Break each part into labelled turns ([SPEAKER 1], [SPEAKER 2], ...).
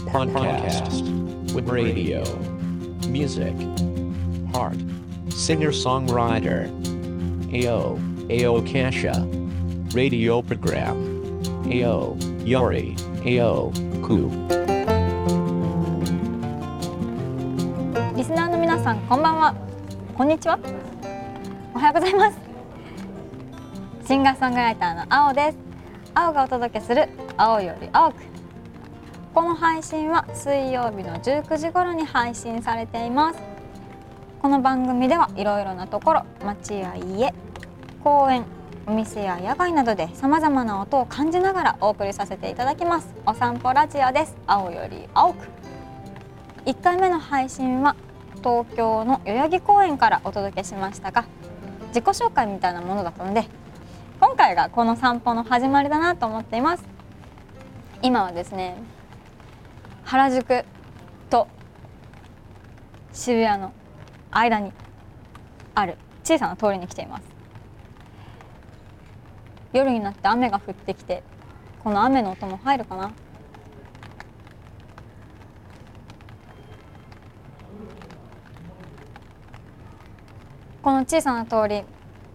[SPEAKER 1] podcast with radio, music, heart, singer-songwriter, AO Kasha, radio program, AO Yori, AO Ku。
[SPEAKER 2] リスナーの皆さん、こんばんは、こんにちは、おはようございます。シンガーソングライターの青です。青がお届けする青より青く。この配信は水曜日の19時頃に配信されています。この番組ではいろいろなところ、街や家、公園、お店や野外などでさまざまな音を感じながらお送りさせていただきます。お散歩ラジオです。青より青く。1回目の配信は東京の代々木公園からお届けしましたが、自己紹介みたいなものだったので、今回がこの散歩の始まりだなと思っています。今はですね、原宿と渋谷の間にある小さな通りに来ています。夜になって雨が降ってきて、この雨の音も入るかな。この小さな通り、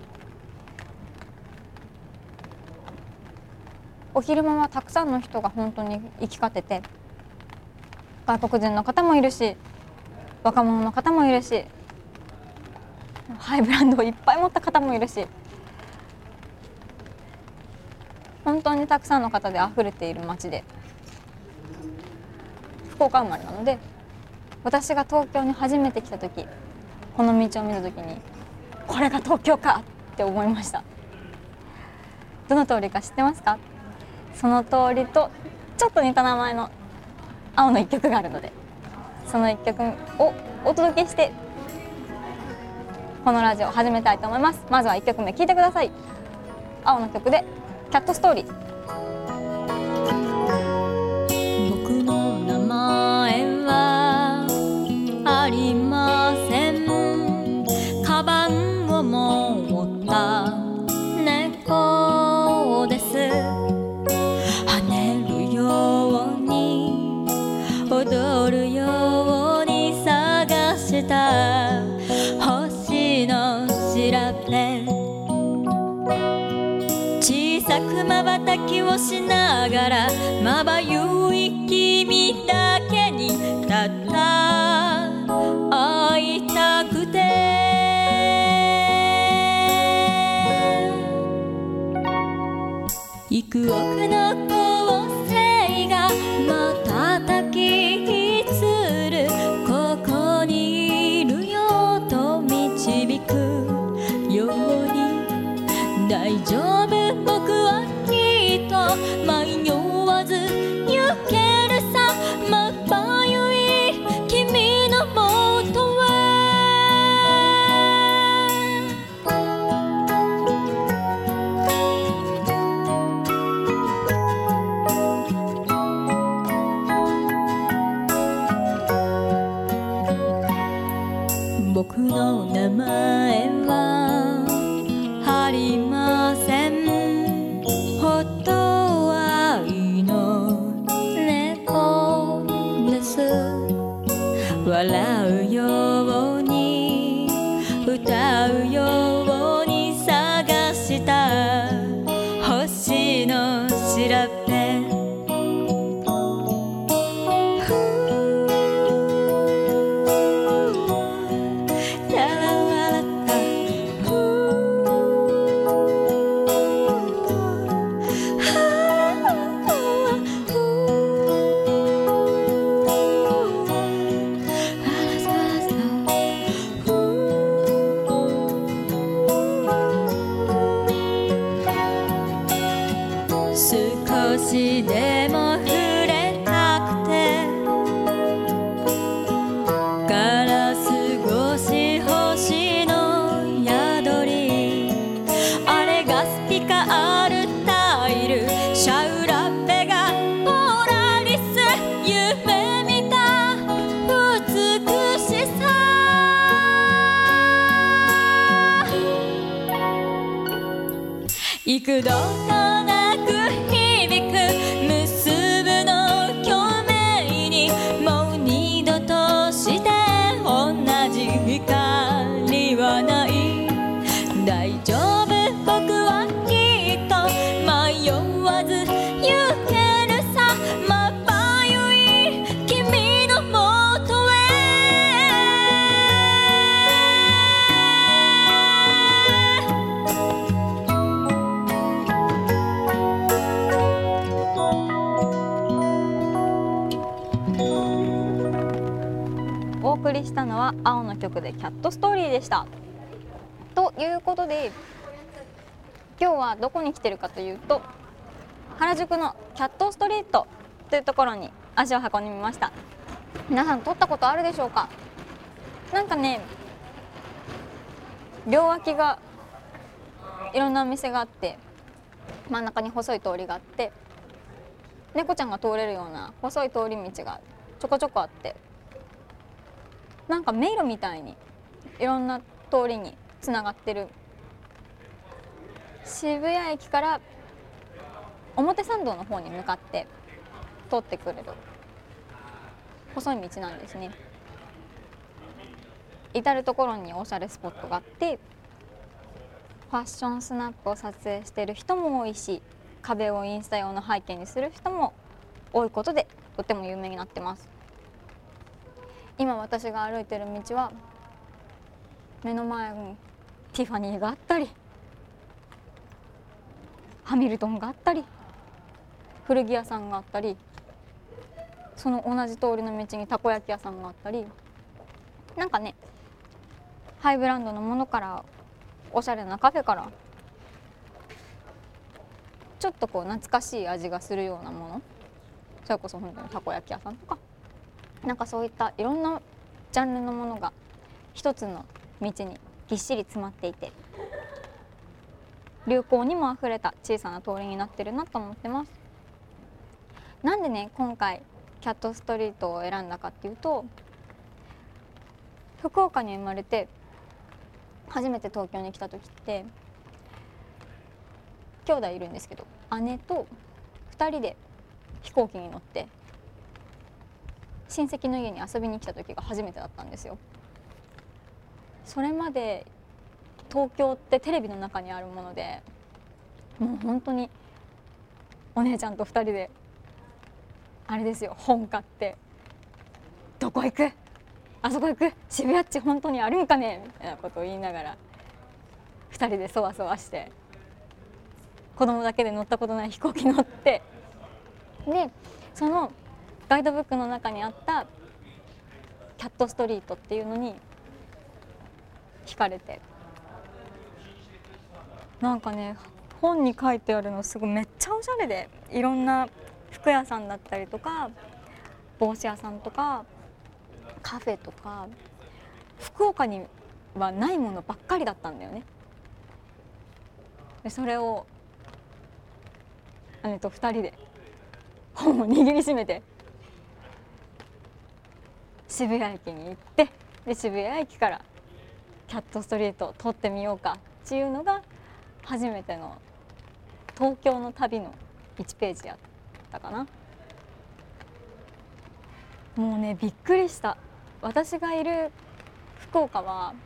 [SPEAKER 2] お昼間はたくさんの人が本当に行き交ってて、外国人の方もいるし、若者の方もいるし、ハイブランドをいっぱい持った方もいるし、本当にたくさんの方であふれている街で、福岡生まれなので、私が東京に初めて来た時、この道を見た時に、これが東京かって思いました。どの通りか知ってますか？その通りとちょっと似た名前の青の一曲があるので、その一曲をお届けしてこのラジオを始めたいと思います。まずは1曲目聴いてください。青の曲でキャットストーリー。
[SPEAKER 3] 僕の名前はありません。カバンを持った猫です。跳ねるように踊るように探した星の調べ、小さく瞬きをしながらまばゆい君だけにたった会いたくて、幾億の構成が瞬きつる、ここにいるよと導くように、大丈夫僕はきっと迷わず行けるさ、まばゆい君のもとへ。僕の名前はありません。ほっと愛の猫です。笑うように歌うように探した星の調べ、少しでも触れたくて、ガラス越し星の宿り、あれがスピカアルタイル、シャウラペがポラリス、夢見た美しさ、幾度となく響く結ぶの共鳴に
[SPEAKER 2] 送りしたのは青の曲でキャットストーリーでした。ということで今日はどこに来てるかというと、原宿のキャットストリートというところに足を運んでみました。皆さん撮ったことあるでしょうか。なんかね、両脇がいろんなお店があって、真ん中に細い通りがあって、猫ちゃんが通れるような細い通り道がちょこちょこあって、なんか迷路みたいにいろんな通りにつながってる、渋谷駅から表参道の方に向かって通ってくれる細い道なんですね。至る所におしゃれスポットがあって、ファッションスナップを撮影している人も多いし、壁をインスタ用の背景にする人も多いことでとても有名になってます。今私が歩いている道は目の前にティファニーがあったり、ハミルトンがあったり、古着屋さんがあったり、その同じ通りの道にたこ焼き屋さんがあったり、なんかね、ハイブランドのものからおしゃれなカフェから、ちょっとこう懐かしい味がするようなもの、それこそ本当にたこ焼き屋さんとか、なんかそういったいろんなジャンルのものが一つの道にぎっしり詰まっていて、流行にもあふれた小さな通りになってるなと思ってます。なんでね、今回キャットストリートを選んだかっていうと、福岡に生まれて初めて東京に来た時って、兄弟いるんですけど、姉と2人で飛行機に乗って親戚の家に遊びに来た時が初めてだったんですよ。それまで東京ってテレビの中にあるもので、もう本当にお姉ちゃんと2人であれですよ、本買ってどこ行く、あそこ行く、渋谷っち本当にあるんかねみたいなことを言いながら2人でそわそわして、子供だけで乗ったことない飛行機乗って、でそのガイドブックの中にあったキャットストリートっていうのに惹かれて、なんかね、本に書いてあるのすごいめっちゃおしゃれで、いろんな服屋さんだったりとか帽子屋さんとかカフェとか、福岡にはないものばっかりだったんだよね。でそれを姉と2人で本を握りしめて渋谷駅に行って、で渋谷駅からキャットストリートを通ってみようかっていうのが初めての東京の旅の1ページやったかな。もうね、びっくりした。私がいる福岡は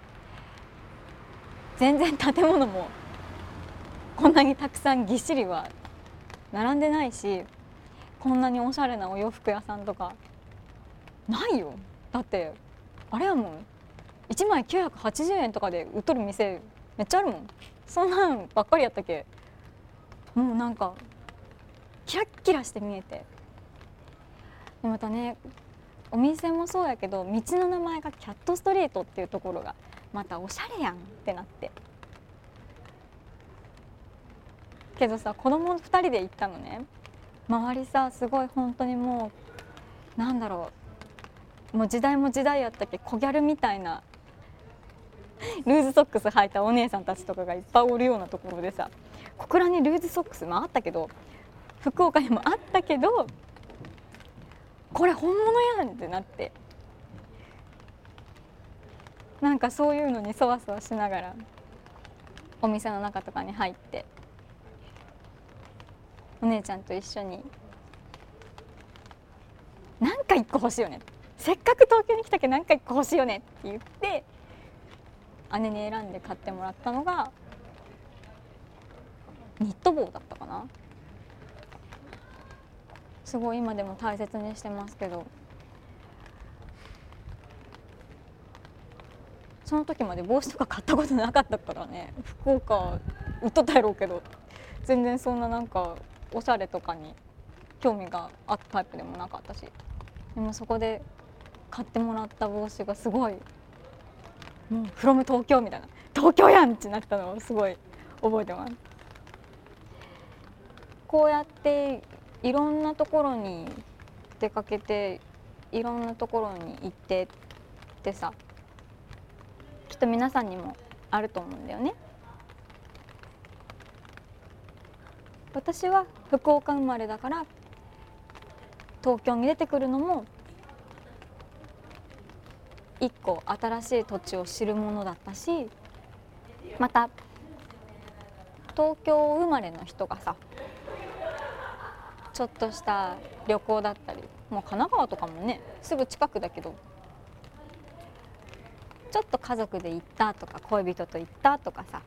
[SPEAKER 2] 全然建物もこんなにたくさんぎっしりは並んでないし、こんなにおしゃれなお洋服屋さんとかないよ。だってあれやもん、1枚980円とかで売っとる店めっちゃあるもん。そんなんばっかりやったけ、もうなんかキラッキラして見えて、でまたね、お店もそうやけど道の名前がキャットストリートっていうところがまたおしゃれやんってなって、けどさ、子供2人で行ったのね。周りさ、すごい本当にもうなんだろう、もう時代も時代やったけ、小ギャルみたいなルーズソックス履いたお姉さんたちとかがいっぱいおるようなところでさ、小倉にルーズソックスもあったけど、福岡にもあったけど、これ本物やんってなって、なんかそういうのにそわそわしながらお店の中とかに入って、お姉ちゃんと一緒になんか1個欲しいよね、せっかく東京に来たけどなんか1個欲しいよねって言って姉に選んで買ってもらったのがニット帽だったかな。すごい今でも大切にしてますけど、その時まで帽子とか買ったことなかったからね、福岡売っとったやろうけど全然そんななんかおしゃれとかに興味があったタイプでもなかったし、でもそこで買ってもらった帽子がすごいもう「from 東京」みたいな「東京やん!」ってなったのをすごい覚えてます。こうやっていろんなところに出かけていろんなところに行ってってさ、きっと皆さんにもあると思うんだよね。私は福岡生まれだから東京に出てくるのも一個新しい土地を知るものだったし、また東京生まれの人がさ、ちょっとした旅行だったり、もう神奈川とかもねすぐ近くだけど、ちょっと家族で行ったとか恋人と行ったとかさ、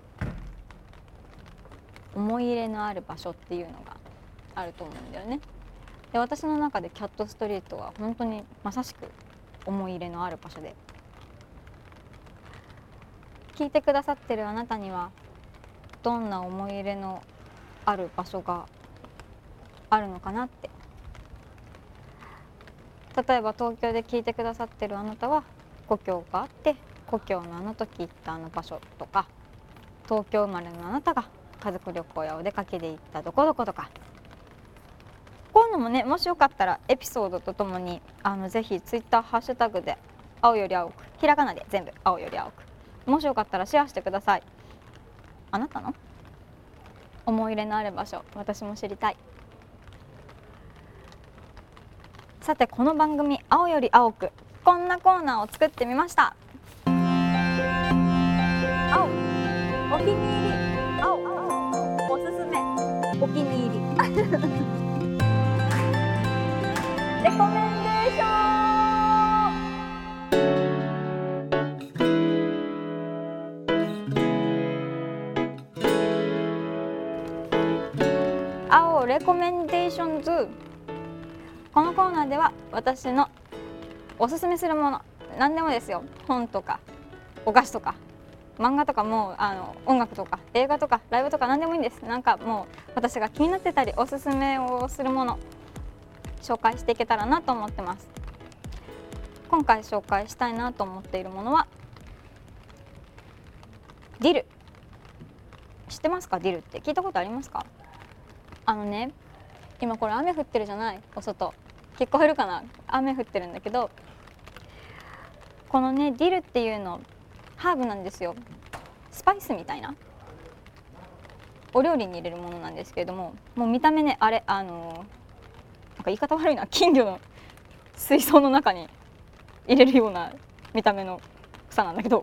[SPEAKER 2] 思い入れのある場所っていうのがあると思うんだよね。で、私の中でキャットストリートは本当にまさしく思い入れのある場所で、聞いてくださってるあなたにはどんな思い入れのある場所があるのかなって。例えば東京で聞いてくださってるあなたは故郷があって故郷のあの時行ったあの場所とか、東京生まれのあなたが家族旅行やお出かけで行ったどこどことか、こういうのもね、もしよかったらエピソードとともにぜひツイッターハッシュタグで青より青く、ひらがなで全部青より青く、もしよかったらシェアしてください。あなたの思い入れのある場所、私も知りたい。さて、この番組青より青く、こんなコーナーを作ってみました。青、お気に入り、青、おすすめ、お気に入りレコメンデーション。青レコメンデーションズ。このコーナーでは私のおすすめするもの、何でもですよ。本とかお菓子とか漫画とか、もう音楽とか映画とかライブとか何でもいいんです。なんかもう私が気になってたりおすすめをするもの紹介していけたらなと思ってます。今回紹介したいなと思っているものはディル。知ってますか？ディルって聞いたことありますか？今これ雨降ってるじゃない、お外聞こえるかな？雨降ってるんだけど、このねディルっていうのハーブなんですよ。スパイスみたいなお料理に入れるものなんですけれども、もう見た目ね、あれなんか言い方悪いな、金魚の水槽の中に入れるような見た目の草なんだけど、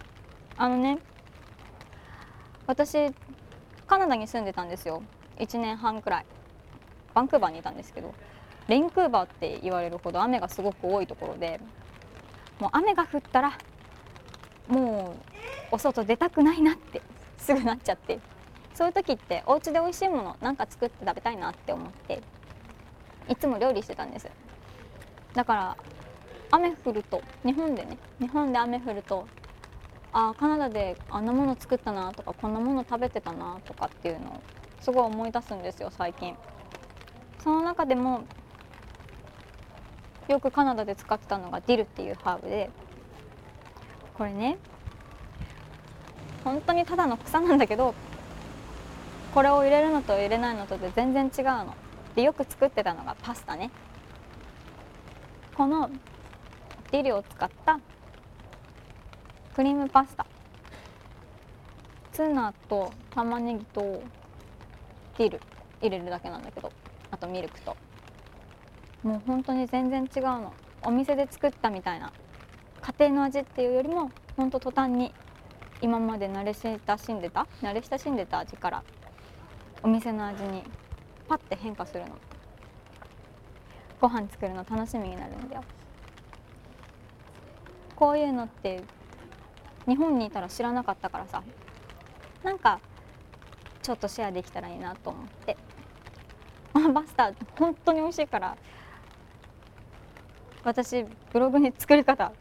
[SPEAKER 2] 私カナダに住んでたんですよ。1年半くらいバンクーバーにいたんですけど、レインクーバーって言われるほど雨がすごく多いところで、もう雨が降ったらもうお外出たくないなってすぐなっちゃって、そういう時ってお家で美味しいものなんか作って食べたいなって思っていつも料理してたんです。だから雨降ると、日本で雨降ると、カナダであんなもの作ったなとか、こんなもの食べてたなとかっていうのをすごい思い出すんですよ最近。その中でもよくカナダで使ってたのがディルっていうハーブで、これね本当にただの草なんだけど、これを入れるのと入れないのとで全然違うので、よく作ってたのがパスタね。このディルを使ったクリームパスタ、ツナと玉ねぎとディル入れるだけなんだけど、あとミルクと、もう本当に全然違うの。お店で作ったみたいな家庭の味っていうよりも、本当途端に今まで慣れ親しんでた味からお店の味にパッて変化するの。ご飯作るの楽しみになるんだよ。こういうのって日本にいたら知らなかったからさ、なんかちょっとシェアできたらいいなと思って。パスタ本当に美味しいから、私ブログに作り方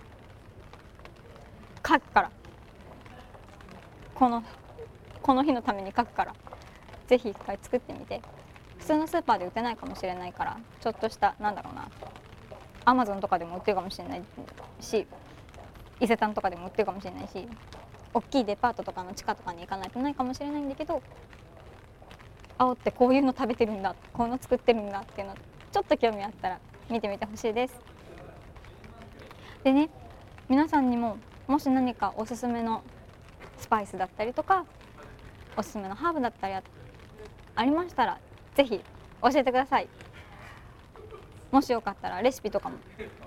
[SPEAKER 2] 書くから、この日のために書くから、ぜひ一回作ってみて。普通のスーパーで売ってないかもしれないから、ちょっとしたなんだろうな、 Amazon とかでも売ってるかもしれないし、伊勢丹とかでも売ってるかもしれないし、大きいデパートとかの地下とかに行かないとないかもしれないんだけど、青ってこういうの食べてるんだ、こういうの作ってるんだっていうのちょっと興味あったら見てみてほしいです。でね、皆さんにももし何かおすすめのスパイスだったりとかおすすめのハーブだったりありましたらぜひ教えてください。もしよかったらレシピとかも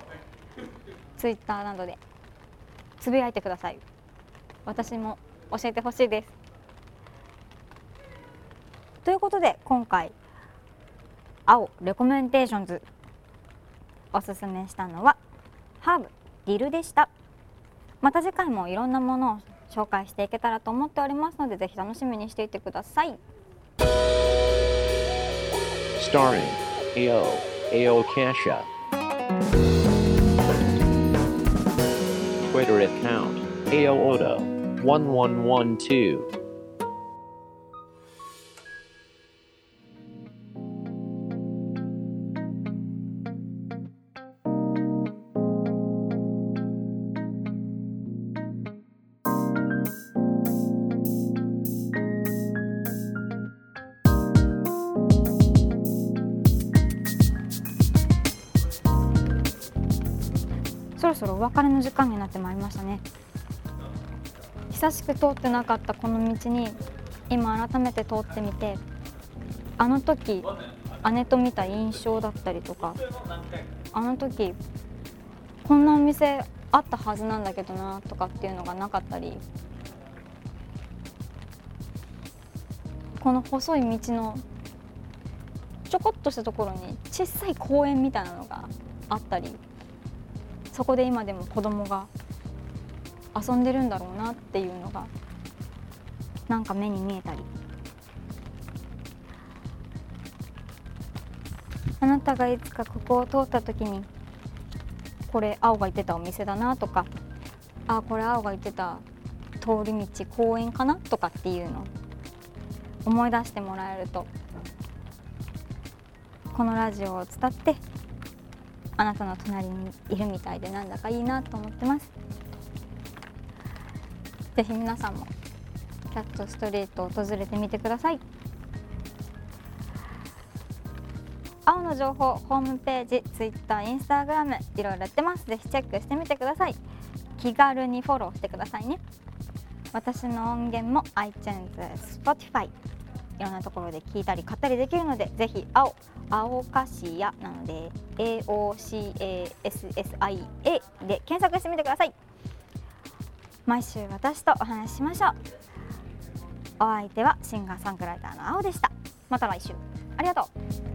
[SPEAKER 2] Twitter などでつぶやいてください。私も教えてほしいです。ということで今回青レコメンテーションズおすすめしたのはハーブディルでした。また次回もいろんなものを紹介していけたらと思っておりますのでぜひ楽しみにしていてください。
[SPEAKER 1] Starring AO Kasha. Twitter account AOOdo1112.
[SPEAKER 2] そろそろお別れの時間になってまいりましたね。久しく通ってなかったこの道に今改めて通ってみて、あの時姉と見た印象だったりとか、あの時こんなお店あったはずなんだけどなとかっていうのがなかったり、この細い道のちょこっとしたところに小さい公園みたいなのがあったり、そこで今でも子供が遊んでるんだろうなっていうのがなんか目に見えたり、あなたがいつかここを通った時にこれ青が言ってたお店だなとか、あ、これ青が言ってた通り道公園かなとかっていうのを思い出してもらえると、このラジオを伝ってあなたの隣にいるみたいでなんだかいいなと思ってます。ぜひ皆さんもキャットストリートを訪れてみてください。青の情報、ホームページ、Twitter、Instagram いろいろやってます。ぜひチェックしてみてください。気軽にフォローしてくださいね。私の音源も iTunes、Spotify いろんなところで聞いたり買ったりできるので、ぜひ青カシヤなので AOCASSIA で検索してみてください。毎週私とお話ししましょう。お相手はシンガーソングライターの青でした。また来週。ありがとう。